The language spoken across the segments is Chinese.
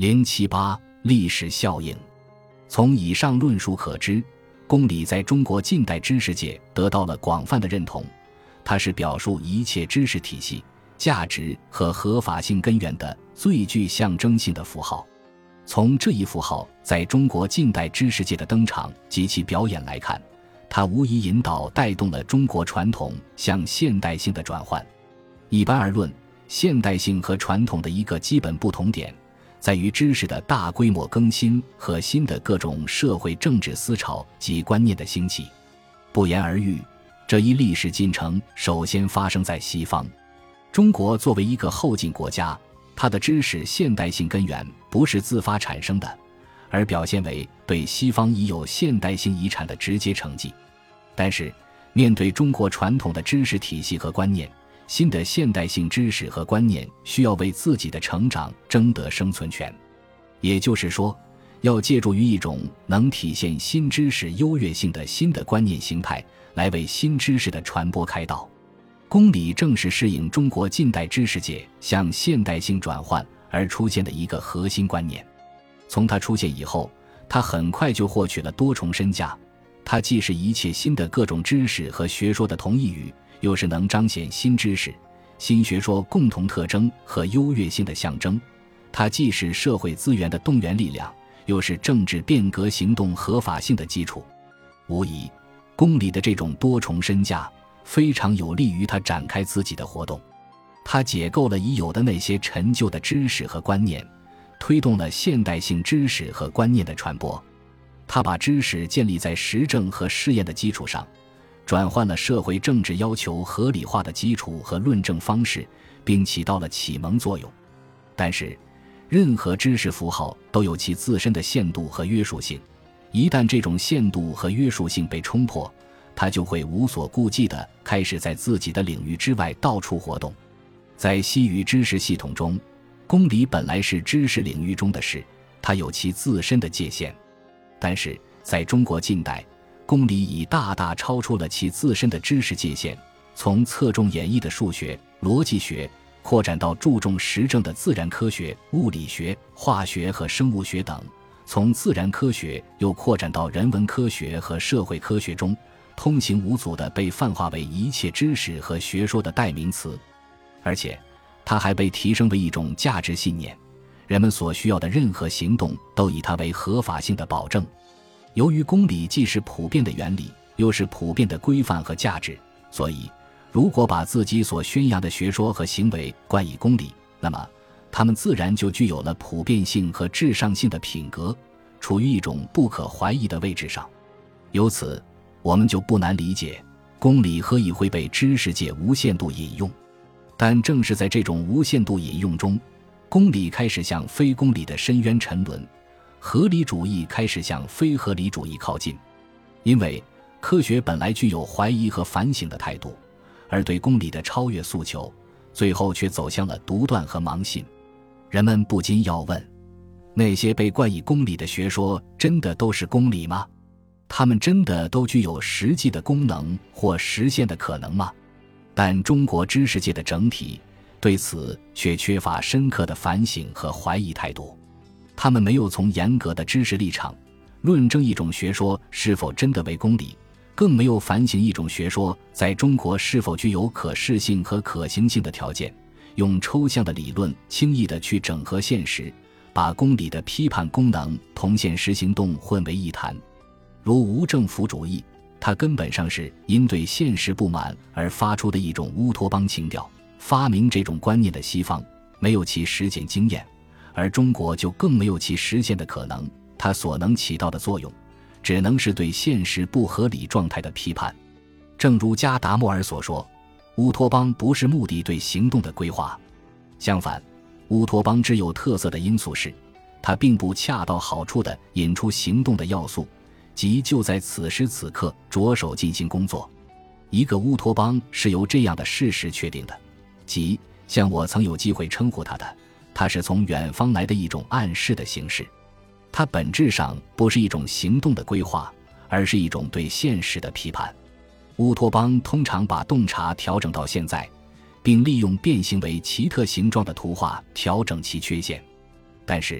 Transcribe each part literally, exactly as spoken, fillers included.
零七八历史效应。从以上论述可知，公理在中国近代知识界得到了广泛的认同，它是表述一切知识体系、价值和合法性根源的最具象征性的符号。从这一符号在中国近代知识界的登场及其表演来看，它无疑引导带动了中国传统向现代性的转换。一般而论，现代性和传统的一个基本不同点在于知识的大规模更新和新的各种社会政治思潮及观念的兴起。不言而喻，这一历史进程首先发生在西方。中国作为一个后进国家，它的知识现代性根源不是自发产生的，而表现为对西方已有现代性遗产的直接承继。但是，面对中国传统的知识体系和观念，新的现代性知识和观念需要为自己的成长争得生存权，也就是说，要借助于一种能体现新知识优越性的新的观念形态，来为新知识的传播开道。公理正是适应中国近代知识界向现代性转换而出现的一个核心观念。从它出现以后，它很快就获取了多重身价，它既是一切新的各种知识和学说的同义语，又是能彰显新知识、新学说共同特征和优越性的象征。它既是社会资源的动员力量，又是政治变革行动合法性的基础。无疑，公理的这种多重身价非常有利于他展开自己的活动。他解构了已有的那些陈旧的知识和观念，推动了现代性知识和观念的传播。他把知识建立在实证和试验的基础上，转换了社会政治要求合理化的基础和论证方式，并起到了启蒙作用。但是，任何知识符号都有其自身的限度和约束性，一旦这种限度和约束性被冲破，它就会无所顾忌地开始在自己的领域之外到处活动。在西语知识系统中，公理本来是知识领域中的事，它有其自身的界限。但是在中国近代，公理已大大超出了其自身的知识界限，从侧重演绎的数学、逻辑学，扩展到注重实证的自然科学、物理学、化学和生物学等，从自然科学又扩展到人文科学和社会科学中，通行无阻地被泛化为一切知识和学说的代名词。而且它还被提升为一种价值信念，人们所需要的任何行动都以它为合法性的保证。由于公理既是普遍的原理，又是普遍的规范和价值，所以如果把自己所宣扬的学说和行为冠以公理，那么它们自然就具有了普遍性和至上性的品格，处于一种不可怀疑的位置上。由此我们就不难理解公理何以会被知识界无限度引用。但正是在这种无限度引用中，公理开始向非公理的深渊沉沦，合理主义开始向非合理主义靠近。因为科学本来具有怀疑和反省的态度，而对公理的超越诉求，最后却走向了独断和盲信。人们不禁要问，那些被冠以公理的学说真的都是公理吗？它们真的都具有实际的功能或实现的可能吗？但中国知识界的整体对此却缺乏深刻的反省和怀疑态度。他们没有从严格的知识立场论证一种学说是否真的为公理，更没有反省一种学说在中国是否具有可视性和可行性的条件，用抽象的理论轻易地去整合现实，把公理的批判功能同现实行动混为一谈。如无政府主义，它根本上是因对现实不满而发出的一种乌托邦情调。发明这种观念的西方没有其实践经验，而中国就更没有其实现的可能，它所能起到的作用只能是对现实不合理状态的批判。正如加达默尔所说，乌托邦不是目的对行动的规划，相反，乌托邦之有特色的因素是，它并不恰到好处地引出行动的要素，即就在此时此刻着手进行工作。一个乌托邦是由这样的事实确定的，即像我曾有机会称呼它的，它是从远方来的一种暗示的形式。它本质上不是一种行动的规划，而是一种对现实的批判。乌托邦通常把洞察调整到现在，并利用变形为奇特形状的图画调整其缺陷。但是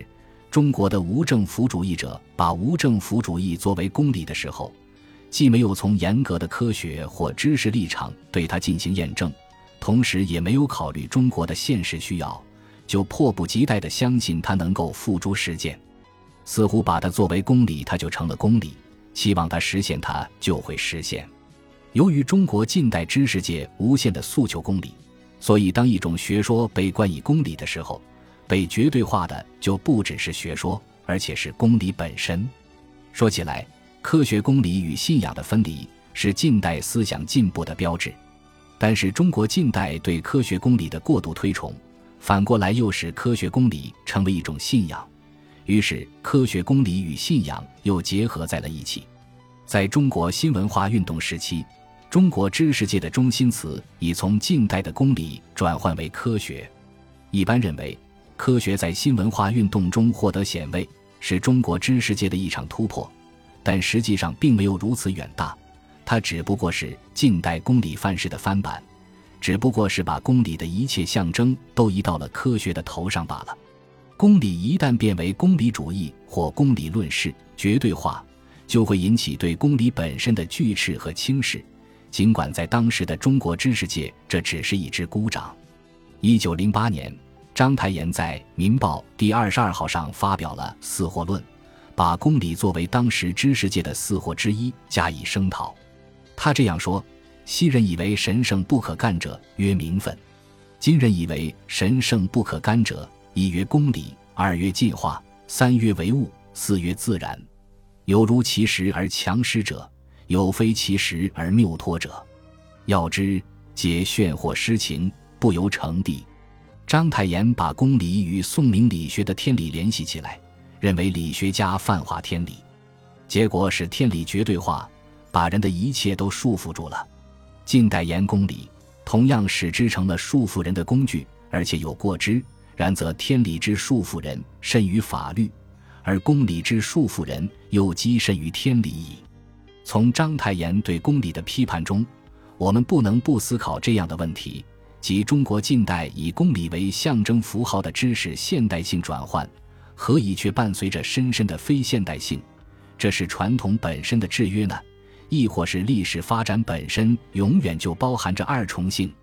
中国的无政府主义者把无政府主义作为公理的时候，既没有从严格的科学或知识立场对它进行验证，同时也没有考虑中国的现实需要，就迫不及待地相信它能够付诸实践，似乎把它作为公理，它就成了公理，期望它实现它就会实现。由于中国近代知识界无限的诉求公理，所以当一种学说被冠以公理的时候，被绝对化的就不只是学说，而且是公理本身。说起来，科学公理与信仰的分离是近代思想进步的标志，但是中国近代对科学公理的过度推崇，反过来又使科学公理成为一种信仰，于是科学公理与信仰又结合在了一起。在中国新文化运动时期，中国知识界的中心词已从近代的公理转换为科学。一般认为，科学在新文化运动中获得显位，是中国知识界的一场突破，但实际上并没有如此远大，它只不过是近代公理范式的翻版，只不过是把公理的一切象征都移到了科学的头上罢了。公理一旦变为公理主义或公理论事绝对化，就会引起对公理本身的拒斥和轻视，尽管在当时的中国知识界这只是一只孤掌。一九零八年，章太炎在《民报》第二十二号上发表了《四惑论》，把公理作为当时知识界的四惑之一加以声讨。他这样说：昔人以为神圣不可干者曰名分，今人以为神圣不可干者，一曰公理，二曰进化，三曰唯物，四曰自然。有如其实而强施者，有非其实而谬托者。要知皆炫惑失情，不由成地。章太炎把公理与宋明理学的天理联系起来，认为理学家泛化天理，结果使天理绝对化，把人的一切都束缚住了。近代言公理，同样使之成了束缚人的工具，而且有过之，然则天理之束缚人甚于法律，而公理之束缚人又极甚于天理矣。从章太炎对公理的批判中，我们不能不思考这样的问题，即中国近代以公理为象征符号的知识现代性转换，何以却伴随着深深的非现代性？这是传统本身的制约呢，亦或是历史发展本身永远就包含着二重性？